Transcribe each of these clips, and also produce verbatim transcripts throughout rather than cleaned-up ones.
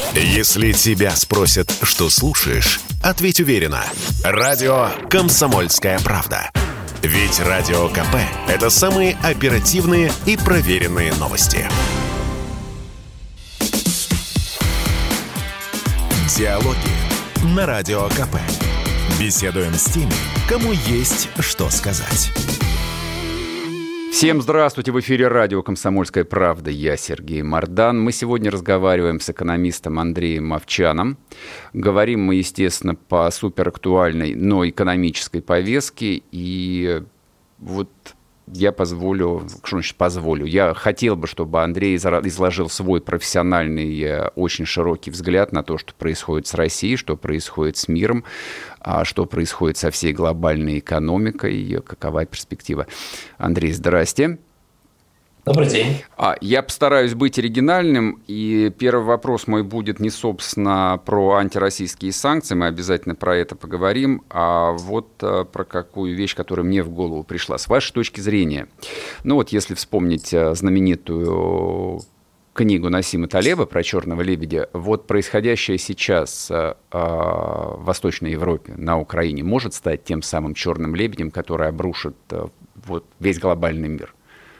Если тебя спросят, что слушаешь, ответь уверенно. Радио «Комсомольская правда». Ведь Радио КП – это самые оперативные и проверенные новости. Диалоги на Радио КП. Беседуем с теми, кому есть что сказать. Всем здравствуйте! В эфире радио «Комсомольская правда». Я Сергей Мордан. Мы сегодня разговариваем с экономистом Андреем Мовчаном. Говорим мы, естественно, по суперактуальной, но экономической повестке. И вот я позволю, что значит позволю, я хотел бы, чтобы Андрей изложил свой профессиональный, очень широкий взгляд на то, что происходит с Россией, что происходит с миром, что происходит со всей глобальной экономикой, какова перспектива. Андрей, здрасте. Добрый день. Я постараюсь быть оригинальным, и первый вопрос мой будет не, собственно, про антироссийские санкции, мы обязательно про это поговорим, а вот про какую вещь, которая мне в голову пришла. С вашей точки зрения, ну вот если вспомнить знаменитую книгу Насима Талеба про черного лебедя, вот происходящее сейчас э, в Восточной Европе, на Украине, может стать тем самым черным лебедем, который обрушит э, вот, весь глобальный мир?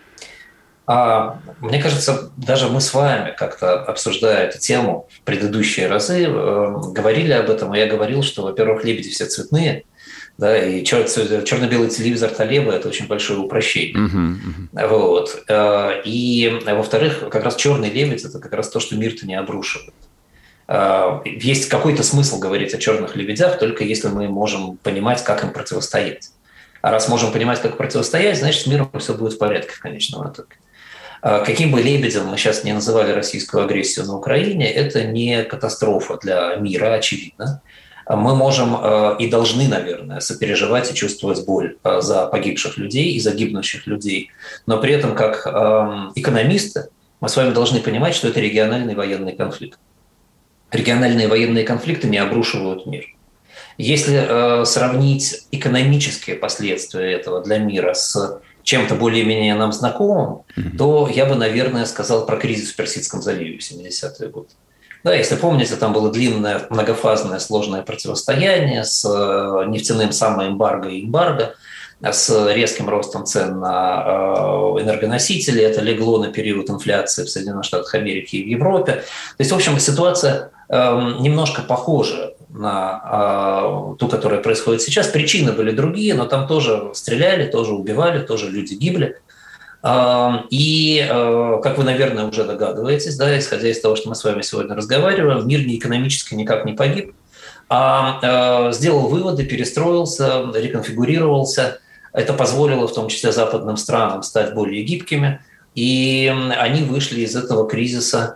Мне кажется, даже мы с вами, как-то обсуждая эту тему в предыдущие разы, говорили об этом, и я говорил, что, во-первых, лебеди все цветные, да, и черно-белый телевизор Талеба – это очень большое упрощение. Uh-huh, uh-huh. Вот. И, во-вторых, как раз черный лебедь – это как раз то, что мир-то не обрушивает. Есть какой-то смысл говорить о черных лебедях, только если мы можем понимать, как им противостоять. А раз можем понимать, как противостоять, значит, с миром все будет в порядке в конечном итоге. Каким бы лебедем мы сейчас не называли российскую агрессию на Украине, это не катастрофа для мира, очевидно. Мы можем и должны, наверное, сопереживать и чувствовать боль за погибших людей и за гибнущих людей. Но при этом, как экономисты, мы с вами должны понимать, что это региональный военный конфликт. Региональные военные конфликты не обрушивают мир. Если сравнить экономические последствия этого для мира с чем-то более-менее нам знакомым, mm-hmm. то я бы, наверное, сказал про кризис в Персидском заливе в семидесятые годы. Да, если помните, там было длинное, многофазное, сложное противостояние с нефтяным самоэмбарго и эмбарго, с резким ростом цен на энергоносители. Это легло на период инфляции в Соединенных Штатах Америки и в Европе. То есть, в общем, ситуация немножко похожа на ту, которая происходит сейчас. Причины были другие, но там тоже стреляли, тоже убивали, тоже люди гибли. И, как вы, наверное, уже догадываетесь, да, исходя из того, что мы с вами сегодня разговариваем, мир не экономически никак не погиб, а сделал выводы, перестроился, реконфигурировался. Это позволило в том числе западным странам стать более гибкими, и они вышли из этого кризиса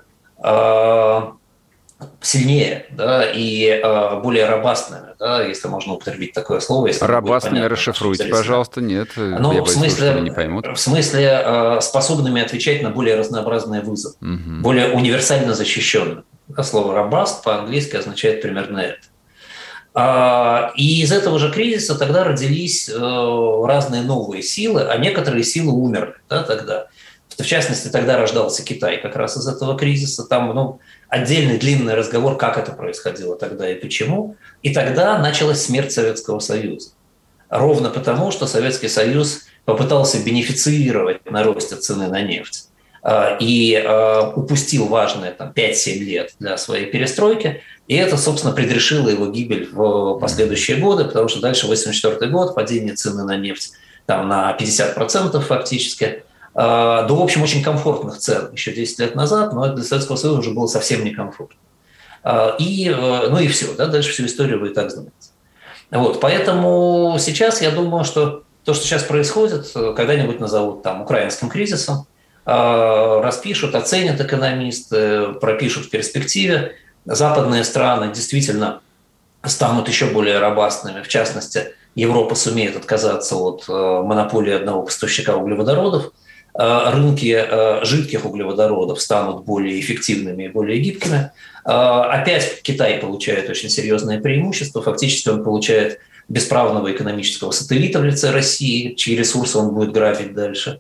сильнее, да, и э, более робастными, да, если можно употребить такое слово. Робастными расшифруйте, пожалуйста, нет. Ну, я в боюсь, смысле, что не поймут. в смысле э, способными отвечать на более разнообразные вызовы, угу. более универсально защищенными. Да, слово «робаст» по-английски означает примерно это. А, и из этого же кризиса тогда родились э, разные новые силы, а некоторые силы умерли, да, тогда. В частности, тогда рождался Китай как раз из этого кризиса. Там ну, отдельный длинный разговор, как это происходило тогда и почему. И тогда началась смерть Советского Союза. Ровно потому, что Советский Союз попытался бенефицировать на росте цены на нефть и упустил важные там, пять-семь лет для своей перестройки. И это, собственно, предрешило его гибель в последующие годы, потому что дальше восемьдесят четвёртый год, падение цены на нефть там, на пятьдесят процентов фактически. До, в общем, очень комфортных цен еще десять лет назад, но это для Советского Союза уже было совсем некомфортно. И, ну и все, да, дальше всю историю вы и так знаете. Вот, поэтому сейчас я думаю, что то, что сейчас происходит, когда-нибудь назовут там украинским кризисом, распишут, оценят экономисты, пропишут в перспективе. Западные страны действительно станут еще более робастными, в частности, Европа сумеет отказаться от монополии одного поставщика углеводородов, рынки жидких углеводородов станут более эффективными и более гибкими. Опять Китай получает очень серьезные преимущества. Фактически он получает бесправного экономического сателлита в лице России, чьи ресурсы он будет грабить дальше.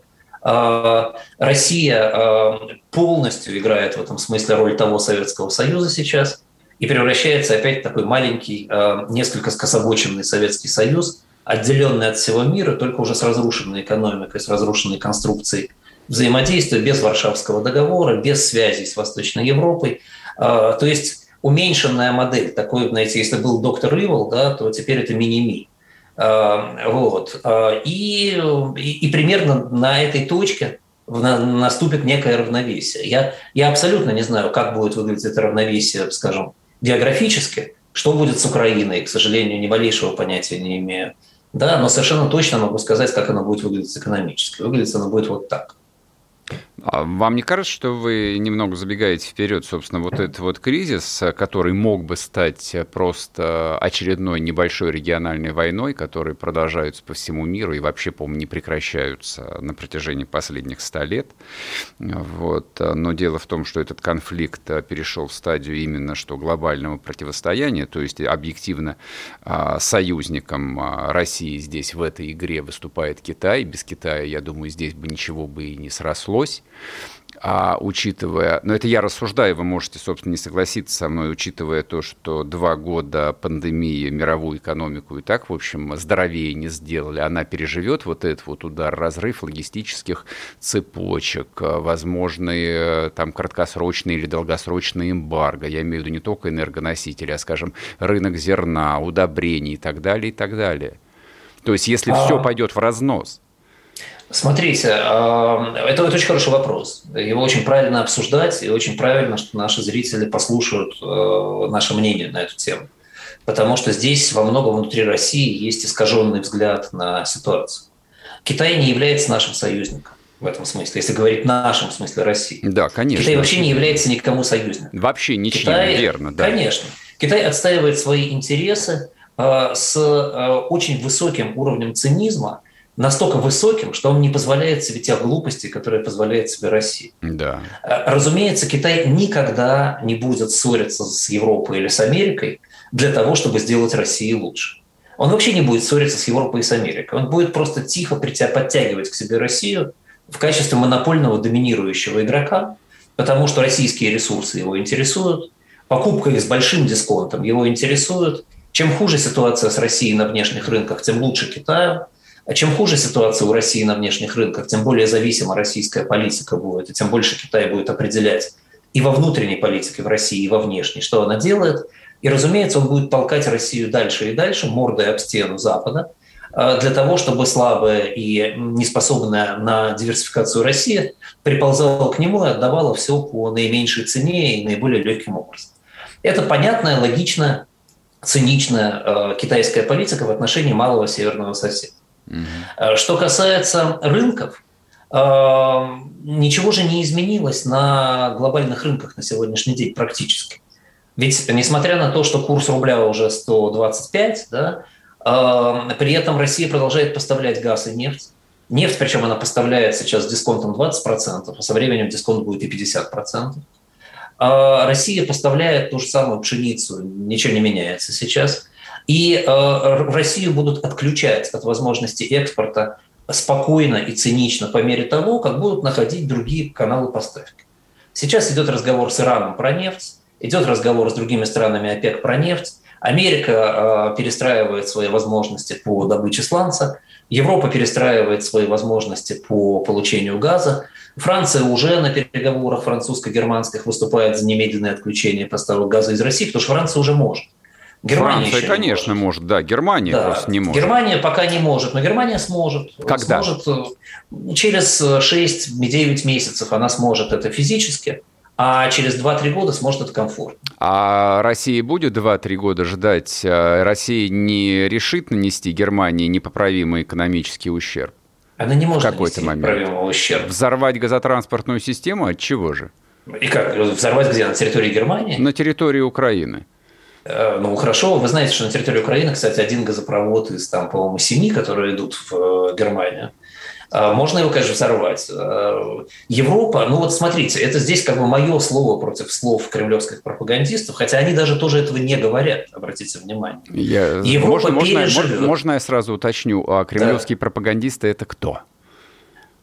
Россия полностью играет в этом смысле роль того Советского Союза сейчас и превращается опять в такой маленький, несколько скособоченный Советский Союз, отделенный от всего мира, только уже с разрушенной экономикой, с разрушенной конструкцией взаимодействия, без Варшавского договора, без связей с Восточной Европой. То есть уменьшенная модель, такой, знаете, если был доктор Ивол, да, то теперь это мини-ми. Вот. И, и, и примерно на этой точке наступит некое равновесие. Я, я абсолютно не знаю, как будет выглядеть это равновесие, скажем, географически, что будет с Украиной, к сожалению, ни малейшего понятия не имею. Да, но совершенно точно могу сказать, как оно будет выглядеть экономически. Выглядит оно будет вот так. А вам не кажется, что вы немного забегаете вперед, собственно, вот этот вот кризис, который мог бы стать просто очередной небольшой региональной войной, которые продолжаются по всему миру и вообще, по-моему, не прекращаются на протяжении последних ста лет. Вот. Но дело в том, что этот конфликт перешел в стадию именно что глобального противостояния, то есть объективно союзником России здесь в этой игре выступает Китай. Без Китая, я думаю, здесь бы ничего бы и не срослось. А учитывая, но это я рассуждаю, вы можете, собственно, не согласиться со мной, учитывая то, что два года пандемии мировую экономику и так, в общем, здоровее не сделали, она переживет вот этот вот удар, разрыв логистических цепочек, возможные там краткосрочные или долгосрочные эмбарго, я имею в виду не только энергоносители, а, скажем, рынок зерна, удобрений и так далее, и так далее. То есть, если а... все пойдет в разнос. Смотрите, это очень хороший вопрос. Его очень правильно обсуждать, и очень правильно, что наши зрители послушают наше мнение на эту тему. Потому что здесь во многом внутри России есть искаженный взгляд на ситуацию. Китай не является нашим союзником в этом смысле, если говорить в нашем смысле России. Да, конечно. Китай вообще не является никому союзником. Вообще ничем, Китай, верно. Да. Конечно. Китай отстаивает свои интересы с очень высоким уровнем цинизма, настолько высоким, что он не позволяет себе тех глупостей, которые позволяет себе Россия. Да. Разумеется, Китай никогда не будет ссориться с Европой или с Америкой для того, чтобы сделать Россию лучше. Он вообще не будет ссориться с Европой и с Америкой. Он будет просто тихо подтягивать к себе Россию в качестве монопольного доминирующего игрока, потому что российские ресурсы его интересуют, покупка их с большим дисконтом его интересует. Чем хуже ситуация с Россией на внешних рынках, тем лучше Китаю. А чем хуже ситуация у России на внешних рынках, тем более зависима российская политика будет, и тем больше Китай будет определять и во внутренней политике в России, и во внешней, что она делает. И, разумеется, он будет толкать Россию дальше и дальше, мордой об стену Запада, для того, чтобы слабая и неспособная на диверсификацию Россия приползала к нему и отдавала все по наименьшей цене и наиболее легким образом. Это понятная, логичная, циничная китайская политика в отношении малого северного соседа. Mm-hmm. Что касается рынков, ничего же не изменилось на глобальных рынках на сегодняшний день практически. Ведь несмотря на то, что курс рубля уже сто двадцать пять, да, при этом Россия продолжает поставлять газ и нефть. Нефть, причем она поставляет сейчас с дисконтом двадцать процентов, а со временем дисконт будет и пятьдесят процентов. Россия поставляет ту же самую пшеницу, ничего не меняется сейчас. И э, Россию будут отключать от возможности экспорта спокойно и цинично по мере того, как будут находить другие каналы поставки. Сейчас идет разговор с Ираном про нефть, идет разговор с другими странами ОПЕК про нефть. Америка э, перестраивает свои возможности по добыче сланца, Европа перестраивает свои возможности по получению газа. Франция уже на переговорах французско-германских выступает за немедленное отключение поставок газа из России, потому что Франция уже может. Германия Франция, конечно, может. может, да. Германия да. просто не может. Германия пока не может, но Германия сможет. Когда? Сможет через шесть-девять месяцев она сможет это физически, а через два-три года сможет это комфортно. А Россия будет два-три года ждать? Россия не решит нанести Германии непоправимый экономический ущерб? Она не может в какой-то нанести непоправимого ущерба. Взорвать газотранспортную систему? От чего же? И как? Взорвать где? На территории Германии? На территории Украины. Ну, хорошо. Вы знаете, что на территории Украины, кстати, один газопровод из, там, по-моему, семи, которые идут в Германию, можно его, конечно, взорвать. Европа, ну вот смотрите, это здесь как бы мое слово против слов кремлевских пропагандистов, хотя они даже тоже этого не говорят, обратите внимание. Я... Европа можно, переживет. Можно, можно я сразу уточню, а кремлевские да. пропагандисты – это кто?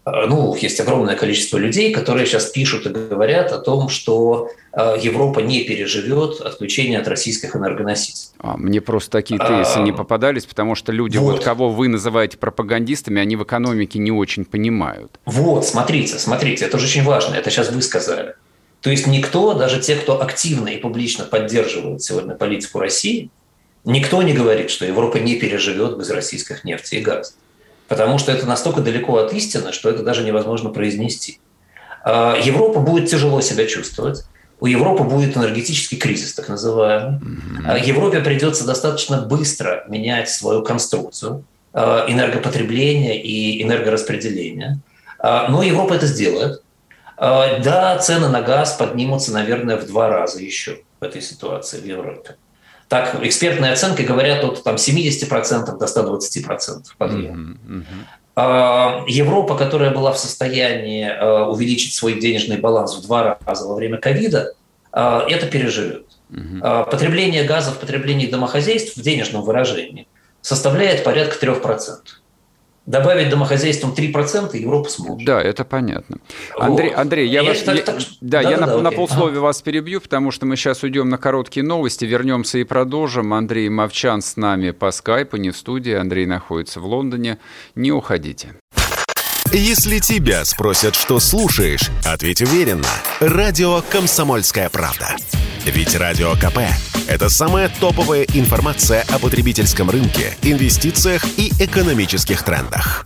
Ну, есть огромное количество людей, которые сейчас пишут и говорят о том, что Европа не переживет отключение от российских энергоносителей. А, мне просто такие тезисы а, не попадались, потому что люди, вот. Вот, кого вы называете пропагандистами, они в экономике не очень понимают. Вот, смотрите, смотрите, это же очень важно, это сейчас вы сказали. То есть никто, даже те, кто активно и публично поддерживает сегодня политику России, никто не говорит, что Европа не переживет без российских нефти и газа. Потому что это настолько далеко от истины, что это даже невозможно произнести. Европа будет тяжело себя чувствовать. У Европы будет энергетический кризис, так называемый. Mm-hmm. Европе придется достаточно быстро менять свою конструкцию энергопотребления и энергораспределения. Но Европа это сделает. Да, цены на газ поднимутся, наверное, в два раза еще в этой ситуации в Европе. Так, экспертные оценки говорят от там, семьдесят процентов до ста двадцати процентов подъема. Mm-hmm. Mm-hmm. Европа, которая была в состоянии увеличить свой денежный баланс в два раза во время ковида, это переживет. Mm-hmm. Потребление газа в потреблении домохозяйств в денежном выражении составляет порядка трех процентов. Добавить домохозяйствам три процента Европа сможет. Да, это понятно. Андрей, вот. Андрей я, вас, так, я, так, да, да, я да, на, да, на полсловия ага. вас перебью, потому что мы сейчас уйдем на короткие новости, вернемся и продолжим. Андрей Мовчан с нами по скайпу, не в студии. Андрей находится в Лондоне. Не уходите. Если тебя спросят, что слушаешь, ответь уверенно. Радио «Комсомольская правда». Ведь Радио КП – это самая топовая информация о потребительском рынке, инвестициях и экономических трендах.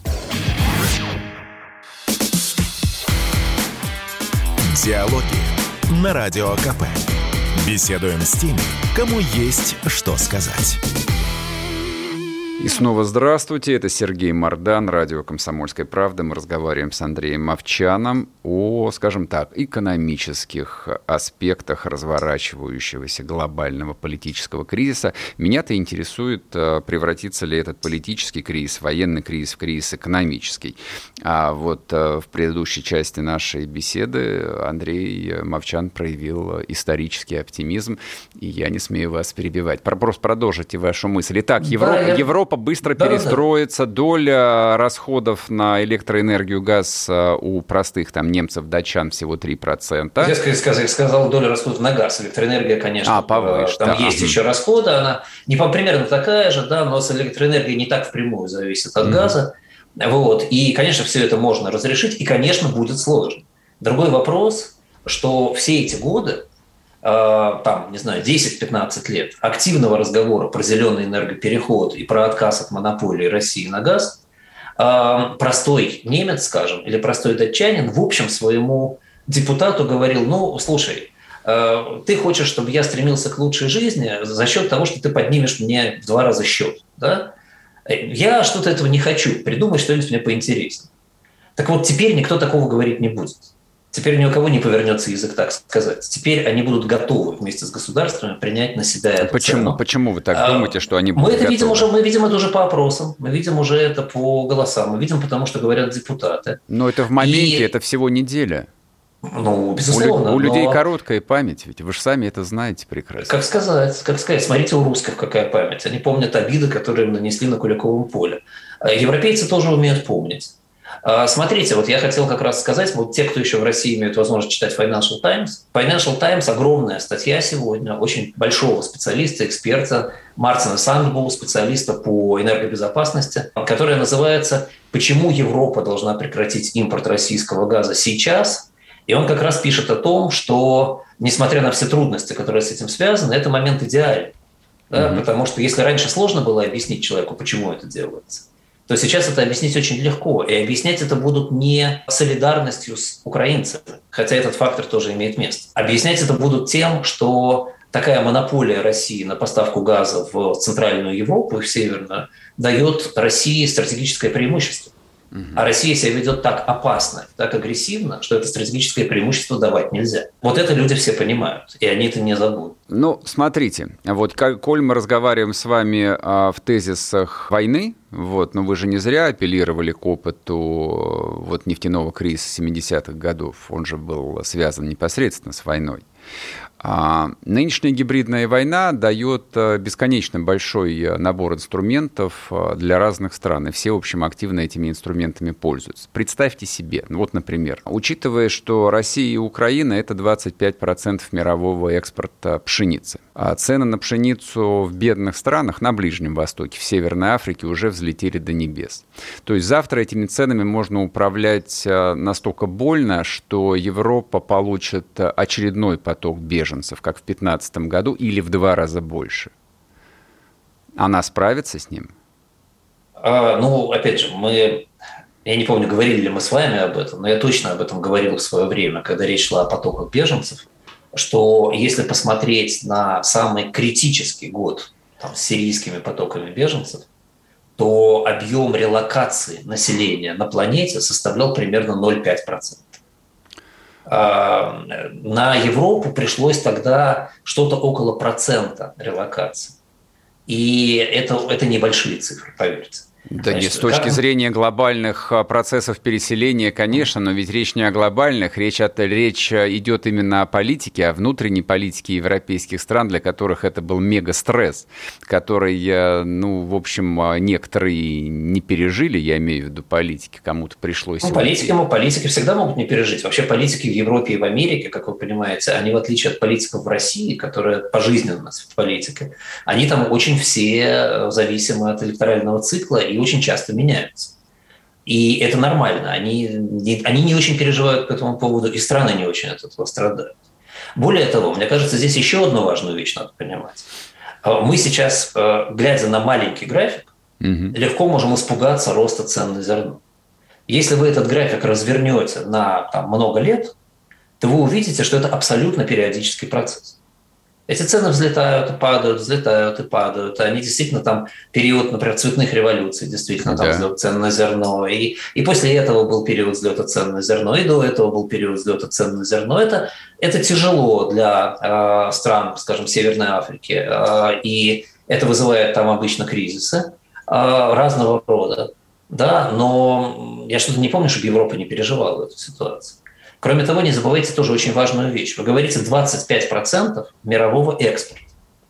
Диалоги на Радио КП. Беседуем с теми, кому есть что сказать. И снова здравствуйте, это Сергей Мардан, радио «Комсомольская правда». Мы разговариваем с Андреем Мовчаном о, скажем так, экономических аспектах разворачивающегося глобального политического кризиса. Меня-то интересует, превратится ли этот политический кризис, военный кризис в кризис экономический. А вот в предыдущей части нашей беседы Андрей Мовчан проявил исторический оптимизм, и я не смею вас перебивать. Просто продолжите вашу мысль. Итак, Европа, да, я... Европа быстро да, перестроится, да. Доля расходов на электроэнергию, газ у простых там немцев, датчан всего три процента. Я сказал, сказал доля расходов на газ. Электроэнергия, конечно, а, повыше, там да. есть еще расходы, она не примерно такая же, да, но с электроэнергией не так впрямую зависит от mm-hmm. газа. Вот. И, конечно, все это можно разрешить, и, конечно, будет сложно. Другой вопрос, что все эти годы, там, не знаю, десять-пятнадцать лет активного разговора про зеленый энергопереход и про отказ от монополии России на газ, простой немец, скажем, или простой датчанин, в общем, своему депутату говорил: ну, слушай, ты хочешь, чтобы я стремился к лучшей жизни за счет того, что ты поднимешь мне в два раза счет, да? Я что-то этого не хочу, придумай что-нибудь мне поинтереснее. Так вот, теперь никто такого говорить не будет. Теперь ни у кого не повернется язык так сказать. Теперь они будут готовы вместе с государствами принять на себя это. Почему? Почему вы так думаете, что они будут мы это готовы? Видим уже, мы видим это уже по опросам, мы видим уже это по голосам, мы видим, потому что говорят депутаты. Но это в моменте, и... это всего неделя. Ну, безусловно. У, у людей но... короткая память, ведь вы же сами это знаете прекрасно. Как сказать, как сказать, смотрите, у русских какая память. Они помнят обиды, которые им нанесли на Куликовом поле. Европейцы тоже умеют помнить. Смотрите, вот я хотел как раз сказать, вот те, кто еще в России имеют возможность читать Financial Times. Financial Times – огромная статья сегодня, очень большого специалиста, эксперта Мартина Сандбоу, специалиста по энергобезопасности, которая называется «Почему Европа должна прекратить импорт российского газа сейчас?». И он как раз пишет о том, что, несмотря на все трудности, которые с этим связаны, это момент идеальный. Да? Mm-hmm. Потому что если раньше сложно было объяснить человеку, почему это делается, то сейчас это объяснить очень легко. И объяснять это будут не солидарностью с украинцами, хотя этот фактор тоже имеет место. Объяснять это будут тем, что такая монополия России на поставку газа в Центральную Европу и в Северную дает России стратегическое преимущество. Угу. А Россия себя ведет так опасно, так агрессивно, что это стратегическое преимущество давать нельзя. Вот это люди все понимают, и они это не забудут. Ну, смотрите, вот как, коль мы разговариваем с вами а, в тезисах войны, вот, но вы же не зря апеллировали к опыту вот, нефтяного кризиса семидесятых годов, он же был связан непосредственно с войной. А нынешняя гибридная война дает бесконечно большой набор инструментов для разных стран, и все, в общем, активно этими инструментами пользуются. Представьте себе, вот, например, учитывая, что Россия и Украина – это двадцать пять процентов мирового экспорта пшеницы, а цены на пшеницу в бедных странах на Ближнем Востоке, в Северной Африке уже взлетели до небес. То есть завтра этими ценами можно управлять настолько больно, что Европа получит очередной поток беженцев, как в две тысячи пятнадцатом году, или в два раза больше. Она справится с ним? А, ну, опять же, мы... Я не помню, говорили ли мы с вами об этом, но я точно об этом говорил в свое время, когда речь шла о потоках беженцев, что если посмотреть на самый критический год там, с сирийскими потоками беженцев, то объем релокации населения на планете составлял примерно ноль целых пять десятых процента. На Европу пришлось тогда что-то около процента релокации. И это, это небольшие цифры, поверьте. Да нет, с точки как... зрения глобальных процессов переселения, конечно, но ведь речь не о глобальных, речь, от, речь идет именно о политике, о внутренней политике европейских стран, для которых это был мега-стресс, который, ну, в общем, некоторые не пережили, я имею в виду политики, кому-то пришлось... Ну, политики, политики всегда могут не пережить. Вообще политики в Европе и в Америке, как вы понимаете, они, в отличие от политиков в России, которые пожизненно в политике, они там очень все зависимы от электорального цикла и очень часто меняются. И это нормально. Они не, они не очень переживают по этому поводу, и страны не очень от этого страдают. Более того, мне кажется, здесь еще одну важную вещь надо понимать. Мы сейчас, глядя на маленький график, угу. легко можем испугаться роста цен на зерно. Если вы этот график развернете на там, много лет, то вы увидите, что это абсолютно периодический процесс. Эти цены взлетают и падают, взлетают и падают. Они действительно там период, например, цветных революций, действительно там да. взлет цен на зерно. И, и после этого был период взлета цен на зерно, и до этого был период взлета цен на зерно. Это, это тяжело для э, стран, скажем, Северной Африки. Э, и это вызывает там обычно кризисы э, разного рода. Да? Но я что-то не помню, чтобы Европа не переживала эту ситуацию. Кроме того, не забывайте тоже очень важную вещь. Вы говорите двадцать пять процентов мирового экспорта.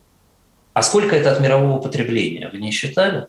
А сколько это от мирового потребления? Вы не считали?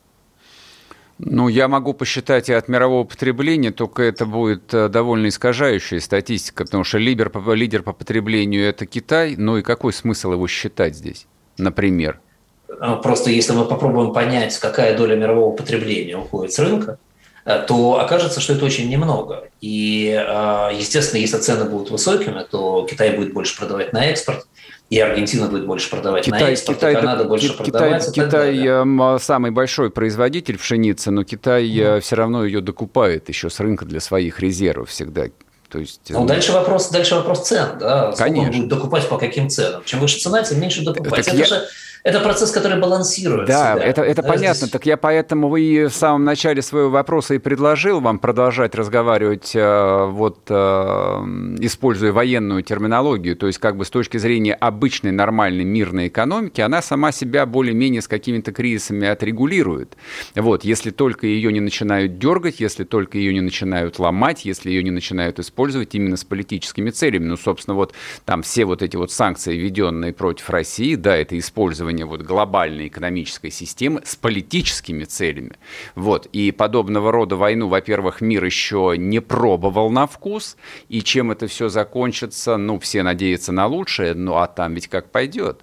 Ну, я могу посчитать и от мирового потребления, только это будет довольно искажающая статистика, потому что лидер по, лидер по потреблению – это Китай. Ну и какой смысл его считать здесь, например? Просто если мы попробуем понять, какая доля мирового потребления уходит с рынка, то окажется, что это очень немного. И, естественно, если цены будут высокими, то Китай будет больше продавать на экспорт, и Аргентина будет больше продавать Китай, на экспорт, Китай, и Канада Китай, больше Китай, продавать. Китай, Китай самый большой производитель пшеницы, но Китай mm. все равно ее докупает еще с рынка для своих резервов всегда. То есть, ну, дальше вопрос, дальше вопрос цен. Да? Сколько Конечно. Он будет докупать по каким ценам? Чем выше цена, тем меньше докупать. Так это я... же это процесс, который балансирует. Да, себя. это, это да, понятно. здесь... Так я поэтому и в самом начале своего вопроса и предложил вам продолжать разговаривать, вот, используя военную терминологию. То есть как бы с точки зрения обычной нормальной мирной экономики, она сама себя более-менее с какими-то кризисами отрегулирует. Вот, если только ее не начинают дергать, если только ее не начинают ломать, если ее не начинают использовать именно с политическими целями. Ну, собственно, вот там все вот эти вот санкции, введенные против России, да, это использование вот глобальной экономической системы с политическими целями. Вот. И подобного рода войну, во-первых, мир еще не пробовал на вкус, и чем это все закончится, ну, все надеются на лучшее, ну, а там ведь как пойдет.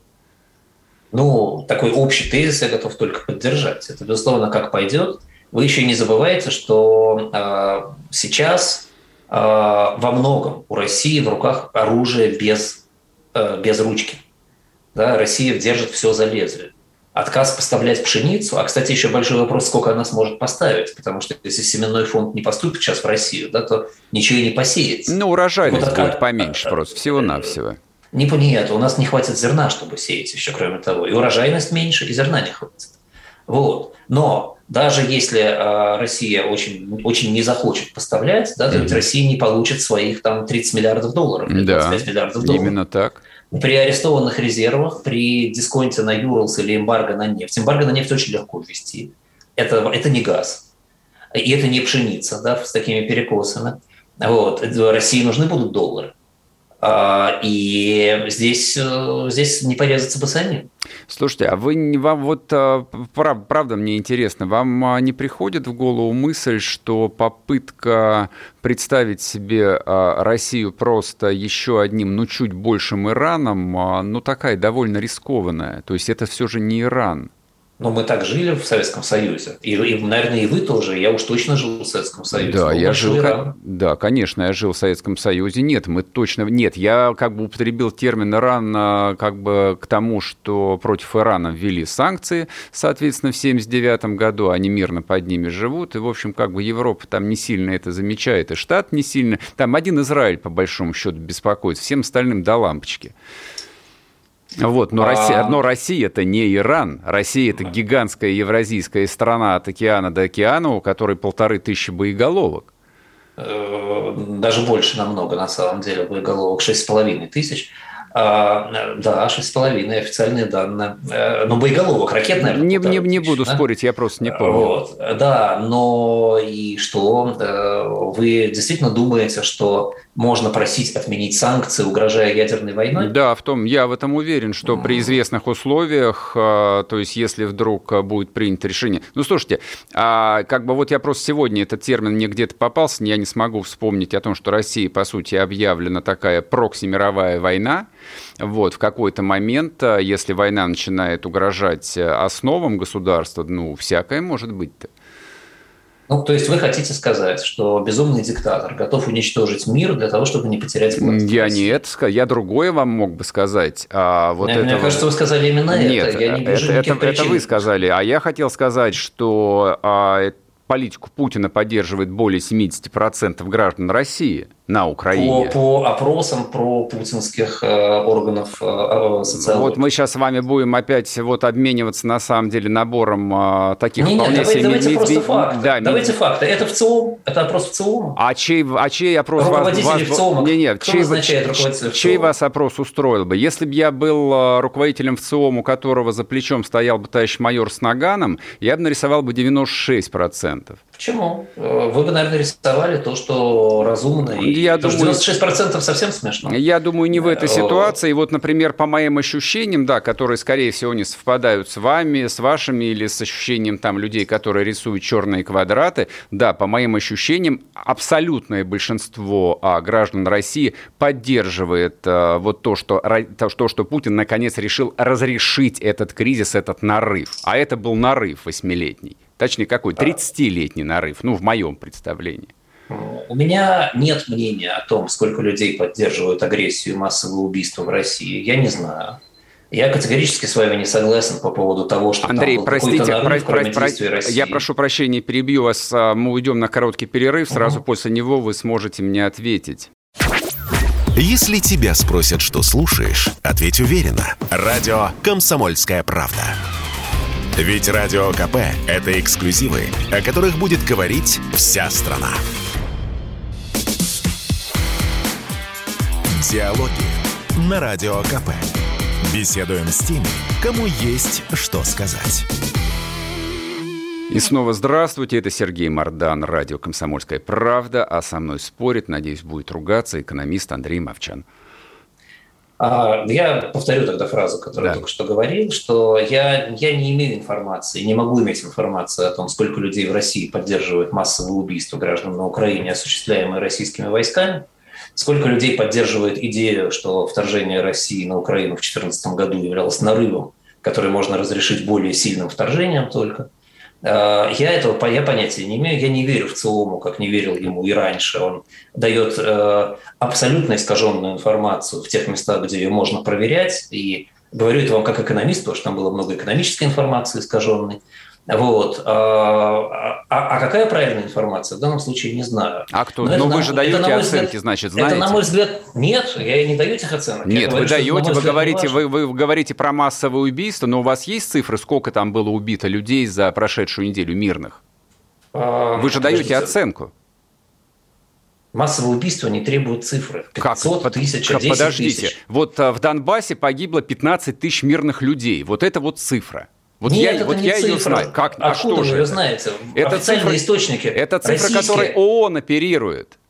Ну, такой общий тезис я готов только поддержать. Это, безусловно, как пойдет. Вы еще не забывайте, что э, сейчас э, во многом у России в руках оружие без, э, без ручки. Да, Россия держит все за лезвие. Отказ поставлять пшеницу, а, кстати, еще большой вопрос, сколько она сможет поставить, потому что если семенной фонд не поступит сейчас в Россию, да, то ничего и не посеется. Ну, урожайность вот отказ... будет поменьше просто, всего-навсего. Не, нет, у нас не хватит зерна, чтобы сеять еще, кроме того. И урожайность меньше, и зерна не хватит. Вот. Но даже если э, Россия очень, очень не захочет поставлять, да, то mm-hmm. ведь Россия не получит своих там тридцать миллиардов долларов, или двадцать пять миллиардов долларов. Именно так. При арестованных резервах, при дисконте на Юрлс или эмбарго на нефть. Эмбарго на нефть очень легко ввести. Это, это не газ. И это не пшеница, да, с такими перекосами. Вот. России нужны будут доллары. И здесь, здесь не порезаться бы самим. Слушайте, а вы, вам вот, правда, мне интересно, вам не приходит в голову мысль, что попытка представить себе Россию просто еще одним, ну, чуть большим Ираном, ну, такая довольно рискованная? То есть это все же не Иран. Но мы так жили в Советском Союзе. И, и, наверное, и вы тоже. Я уж точно жил в Советском Союзе. Да, я жил, да, конечно, я жил в Советском Союзе. Нет, мы точно... Нет, я как бы употребил термин «Иран» как бы к тому, что против Ирана ввели санкции, соответственно, в семьдесят девятом году. Они мирно под ними живут. И, в общем, как бы Европа там не сильно это замечает, и Штат не сильно. Там один Израиль, по большому счету, беспокоит. Всем остальным до лампочки. Вот, но, а... Россия, но Россия – это не Иран. Россия – это гигантская евразийская страна от океана до океана, у которой полторы тысячи боеголовок. Даже больше намного, на самом деле, боеголовок, шесть с половиной тысяч. А, да, шесть с половиной официальные данные. Но боеголовок, ракет, наверное, Не, не, не буду да? спорить, я просто не помню. Вот, да, но и что? Вы действительно думаете, что можно просить отменить санкции, угрожая ядерной войной? Да, в том, я в этом уверен, что при известных условиях, то есть если вдруг будет принято решение... Ну, слушайте, как бы вот я просто сегодня этот термин мне где-то попался, я не смогу вспомнить о том, что Россия, по сути, объявлена такая прокси-мировая война. Вот, в какой-то момент, если война начинает угрожать основам государства, ну, всякое может быть-то. Ну, то есть вы хотите сказать, что безумный диктатор готов уничтожить мир для того, чтобы не потерять власть? Я не это сказал, я другое вам мог бы сказать. А вот мне, это... мне кажется, вы сказали именно Нет, это. Я не вижу это, это, это вы сказали, а я хотел сказать, что а, политику Путина поддерживает более семьдесят процентов граждан России на Украине. По, по опросам про путинских э, органов э, социологии. Вот мы сейчас с вами будем опять вот обмениваться на самом деле набором э, таких не, вполне нет, себе... Давайте ми- просто ми- факты. Да, давайте ми- факты. Это в ЦИОМ? Это опрос в ЦИОМ? А чей, а чей опрос Руководители вас... в ЦИОМ? Не, нет, Кто чей, назначает руководителя в чей ЦИОМ? вас опрос устроил бы? Если бы я был руководителем в ЦИОМ, у которого за плечом стоял бы товарищ майор с наганом, я бы нарисовал бы девяносто шесть процентов. Почему? Вы бы, наверное, рисовали то, что разумно. Я думаю, девяносто шесть процентов совсем смешно. Я думаю, не в этой ситуации. Вот, например, по моим ощущениям, да, которые, скорее всего, не совпадают с вами, с вашими или с ощущением там людей, которые рисуют черные квадраты, да, по моим ощущениям, абсолютное большинство а, граждан России поддерживает а, вот то что, то, что Путин наконец решил разрешить этот кризис, этот нарыв. А это был нарыв восьмилетний. Точнее, какой? тридцатилетний нарыв, ну, в моем представлении. У меня нет мнения о том, сколько людей поддерживают агрессию и массовые убийства в России. Я не знаю. Я категорически с вами не согласен по поводу того, что Андрей, там был простите, какой-то нарыв, про- кроме про- действий про- России. Я прошу прощения, перебью вас. Мы уйдем на короткий перерыв. Сразу угу. после него вы сможете мне ответить. Если тебя спросят, что слушаешь, ответь уверенно. Радио «Комсомольская правда». Ведь Радио КП – это эксклюзивы, о которых будет говорить вся страна. Диалоги на Радио КП. Беседуем с теми, кому есть что сказать. И снова здравствуйте, это Сергей Мардан, радио «Комсомольская правда», а со мной спорит, надеюсь, будет ругаться экономист Андрей Мовчан. Я повторю тогда фразу, которую да. я только что говорил, что я, я не имею информации, не могу иметь информации о том, сколько людей в России поддерживают массовые убийства граждан на Украине, осуществляемые российскими войсками, сколько людей поддерживает идею, что вторжение России на Украину в две тысячи четырнадцатом году являлось нарывом, который можно разрешить более сильным вторжением только. Я этого я понятия не имею, я не верю в ЦИОМу, как не верил ему и раньше. Он дает абсолютно искаженную информацию в тех местах, где ее можно проверять. И говорю это вам как экономист, потому что там было много экономической информации искаженной. Вот. А, а, а какая правильная информация? В данном случае не знаю. А кто? Ну, вы же даете оценки, взгляд, значит, знаете? Это, на мой взгляд, нет, я не даю этих оценок. Нет, говорю, вы даете, вы, взгляд, говорите, вы, вы говорите про массовые убийства, но у вас есть цифры, сколько там было убито людей за прошедшую неделю мирных? А, вы же даете оценку. Массовые убийства не требуют цифры. пятьсот, тысяча, десять Подождите, тысяч. Вот в Донбассе погибло пятнадцать тысяч мирных людей. Вот это вот цифра. Вот Нет, я, это вот не я цифра. ее знаю. Как, Откуда а что вы же ее это? знаете? Это официальные цифра, источники. Это цифра, российские. которой ООН оперирует.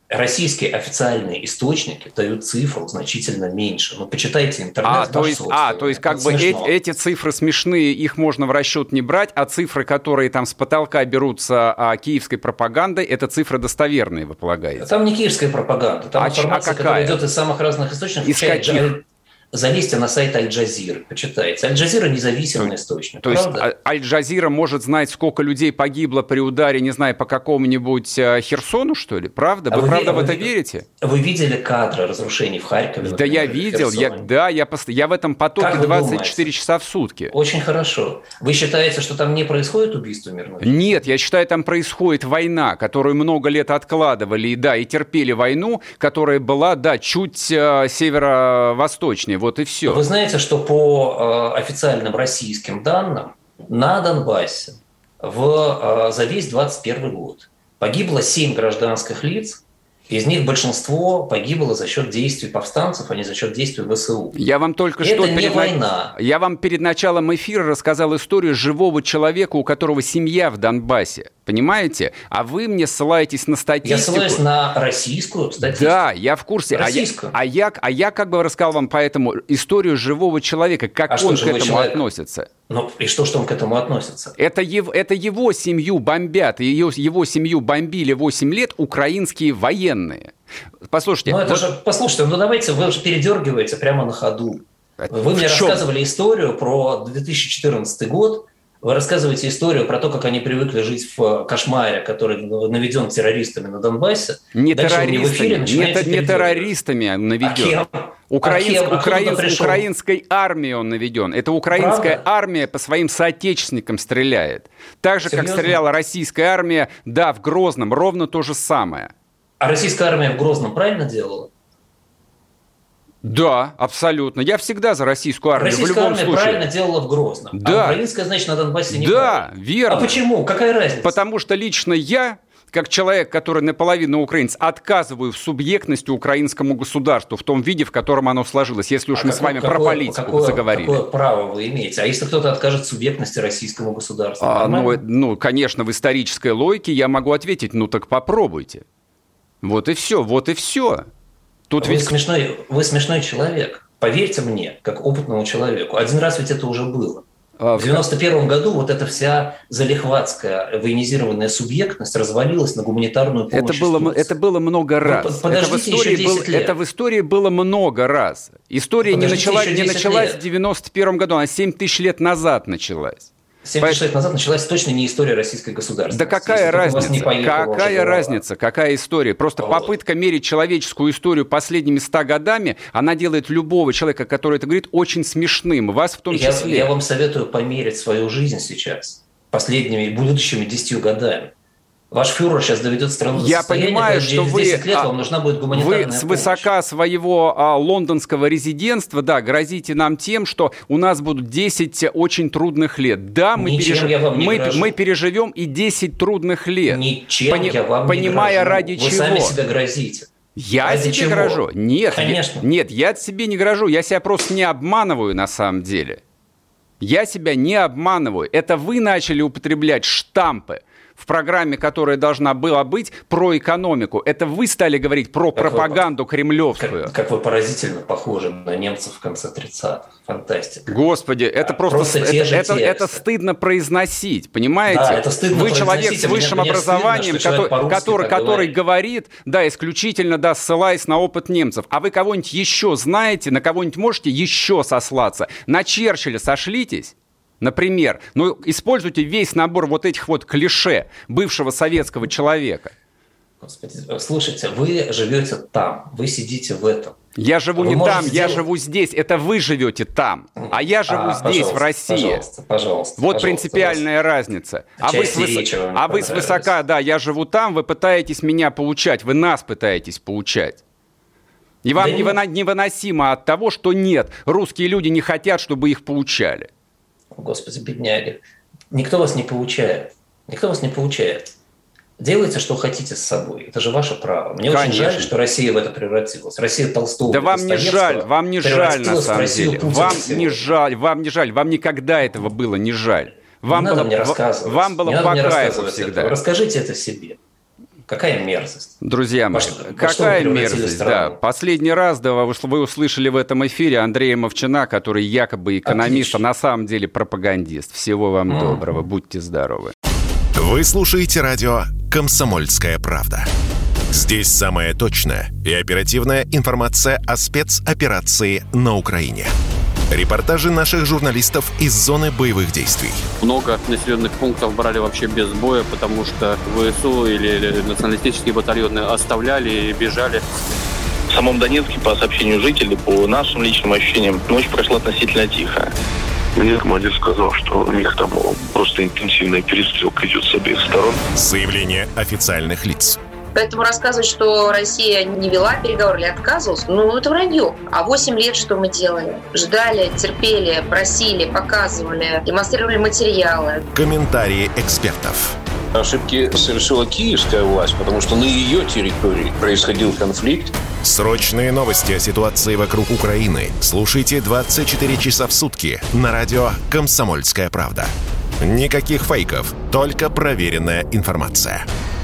Российские официальные источники дают цифру значительно меньше. Ну, почитайте интернет. А, то есть, а, то есть как бы эти, эти цифры смешные, их можно в расчет не брать, а цифры, которые там с потолка берутся а, киевской пропагандой, это цифры достоверные, вы полагаете? Там не киевская пропаганда, там а информация, а которая идет из самых разных источников. Из каких? Залезьте на сайт Аль-Джазиры, почитайте. Аль-Джазира – независимый то, источник, То правда? есть Аль-Джазира может знать, сколько людей погибло при ударе, не знаю, по какому-нибудь Херсону, что ли? Правда? Вы, вы правда вы, в это вы, верите? Вы видели кадры разрушений в Харькове? Да, я видел. Я, да, я, пост... я в этом потоке двадцать четыре часа в сутки. Очень хорошо. Вы считаете, что там не происходит убийство мирных жителей? Нет, я считаю, там происходит война, которую много лет откладывали, и да, и терпели войну, которая была, да, чуть э, северо-восточнее. Вот и все. Вы знаете, что по э, официальным российским данным на Донбассе в, э, за весь двадцать первый год погибло семь гражданских лиц, из них большинство погибло за счет действий повстанцев, а не за счет действий ВСУ. Я вам только Это что не перед... война. Я вам перед началом эфира рассказал историю живого человека, у которого семья в Донбассе. Понимаете? А вы мне ссылаетесь на статистику. Я ссылаюсь на российскую статистику. Да, я в курсе. Российскую. А я, а, я, а я как бы рассказал вам поэтому историю живого человека, как а он что, к этому человек? относится. Ну и что, что он к этому относится? Это, ев, это его семью бомбят, ее, его семью бомбили восемь лет украинские военные. Послушайте. Ну это вот... же, послушайте, ну давайте, вы уже передергиваете прямо на ходу. Вы в мне чем? рассказывали историю про две тысячи четырнадцатый год. Вы рассказываете историю про то, как они привыкли жить в кошмаре, который наведен террористами на Донбассе. Не террористами, не, не террористами наведен. А кем? Украинск, а кем? Украин, украинской армией он наведен. Это украинская Правда? армия по своим соотечественникам стреляет. Так же, Серьезно? как стреляла российская армия, да, в Грозном, ровно то же самое. А российская армия в Грозном правильно делала? Да, абсолютно. Я всегда за российскую армию. Российская в любом армия случае. правильно делала в Грозном. Да. А украинская, значит, на Донбассе не Да, правильно. верно. А почему? Какая разница? Потому что лично я, как человек, который наполовину украинец, отказываю в субъектности украинскому государству в том виде, в котором оно сложилось, если уж а мы какое, с вами какое, про политику какое, заговорили. Какое право вы имеете? А если кто-то откажет в субъектности российскому государству? А, ну, ну, конечно, в исторической логике я могу ответить, ну так попробуйте. Вот и все, вот и все. Тут вы, ведь... смешной, вы смешной человек. Поверьте мне, как опытному человеку. Один раз ведь это уже было. В девяносто первом году вот эта вся залихватская военизированная субъектность развалилась на гуманитарную помощь. Это было, это было много раз. Это в, истории был, это в истории было много раз. История не началась, не началась в девяносто первом году, она семь тысяч лет назад началась. семь тысяч лет назад началась точно не история российской государственности. Да какая разница? Какая разница? Какая история? Просто вот. Попытка мерить человеческую историю последними ста годами, она делает любого человека, который это говорит, очень смешным. Вас в том я, числе. Я вам советую померить свою жизнь сейчас последними и будущими десятью годами. Ваш фюрер сейчас доведет страну до Я состояния, понимаю, что в вы, десять лет вам нужна будет гуманитарная вы помощь. свысока своего а, лондонского резидентства, да, грозите нам тем, что у нас будут десять очень трудных лет. Да, мы, переж... я вам не мы, мы переживем и десять трудных лет. Ничем Пони... я вам Понимая, не грожу. ради вы чего. Вы сами себя грозите. Я ради себе чего? грожу? Нет, конечно. Я... Нет, я себе не грожу. Я себя просто не обманываю на самом деле. Я себя не обманываю. Это вы начали употреблять штампы в программе, которая должна была быть про экономику. Это вы стали говорить про как пропаганду вы, кремлевскую. Как, как вы поразительно похожи на немцев в конце тридцатых. Фантастика. Господи, это а, просто, просто это, это, это стыдно произносить, понимаете? Да, это стыдно вы человек с высшим меня, образованием, стыдно, который, который, который говорит, да, исключительно, да, ссылаясь на опыт немцев. А вы кого-нибудь еще знаете, на кого-нибудь можете еще сослаться? На Черчилля сошлитесь? Например, ну, используйте весь набор вот этих вот клише бывшего советского человека. Господи, слушайте, вы живете там, вы сидите в этом. Я живу вы не там, сделать... я живу здесь. Это вы живете там, а я живу а, здесь, в России. Пожалуйста, пожалуйста. Вот пожалуйста, принципиальная вас... разница. А вы, свыс... а вы свысока, да, я живу там, вы пытаетесь меня поучать, вы нас пытаетесь поучать. И вам да невыно... невыносимо от того, что нет, русские люди не хотят, чтобы их поучали. Господи, бедняги. Никто вас не поучает. Никто вас не поучает. Делайте, что хотите с собой. Это же ваше право. Мне Конечно. очень жаль, что Россия в это превратилась. Россия Толстого. Да вам не жаль, вам не жаль на самом деле. Вам не жаль, вам не жаль. Вам никогда этого было не жаль. Вам не было, надо мне рассказывать. Вам было по кайфу всегда. Этого. Расскажите это себе. Какая мерзость. Друзья мои, во, какая во мерзость, да. Последний раз да, вы услышали в этом эфире Андрея Мовчана, который якобы экономист, Отлично. а на самом деле пропагандист. Всего вам mm. доброго, будьте здоровы. Вы слушаете радио «Комсомольская правда». Здесь самая точная и оперативная информация о спецоперации на Украине. Репортажи наших журналистов из зоны боевых действий. Много населенных пунктов брали вообще без боя, потому что ВСУ или, или националистические батальоны оставляли и бежали. В самом Донецке, по сообщению жителей, по нашим личным ощущениям, ночь прошла относительно тихо. Мне командир сказал, что у них там просто интенсивная перестрелка идет с обеих сторон. Заявление официальных лиц. Поэтому рассказывать, что Россия не вела переговоры или отказывалась, ну, это вранье. А восемь лет что мы делали? Ждали, терпели, просили, показывали, демонстрировали материалы. Комментарии экспертов. Ошибки совершила киевская власть, потому что на ее территории происходил конфликт. Срочные новости о ситуации вокруг Украины слушайте двадцать четыре часа в сутки на радио «Комсомольская правда». Никаких фейков, только проверенная информация.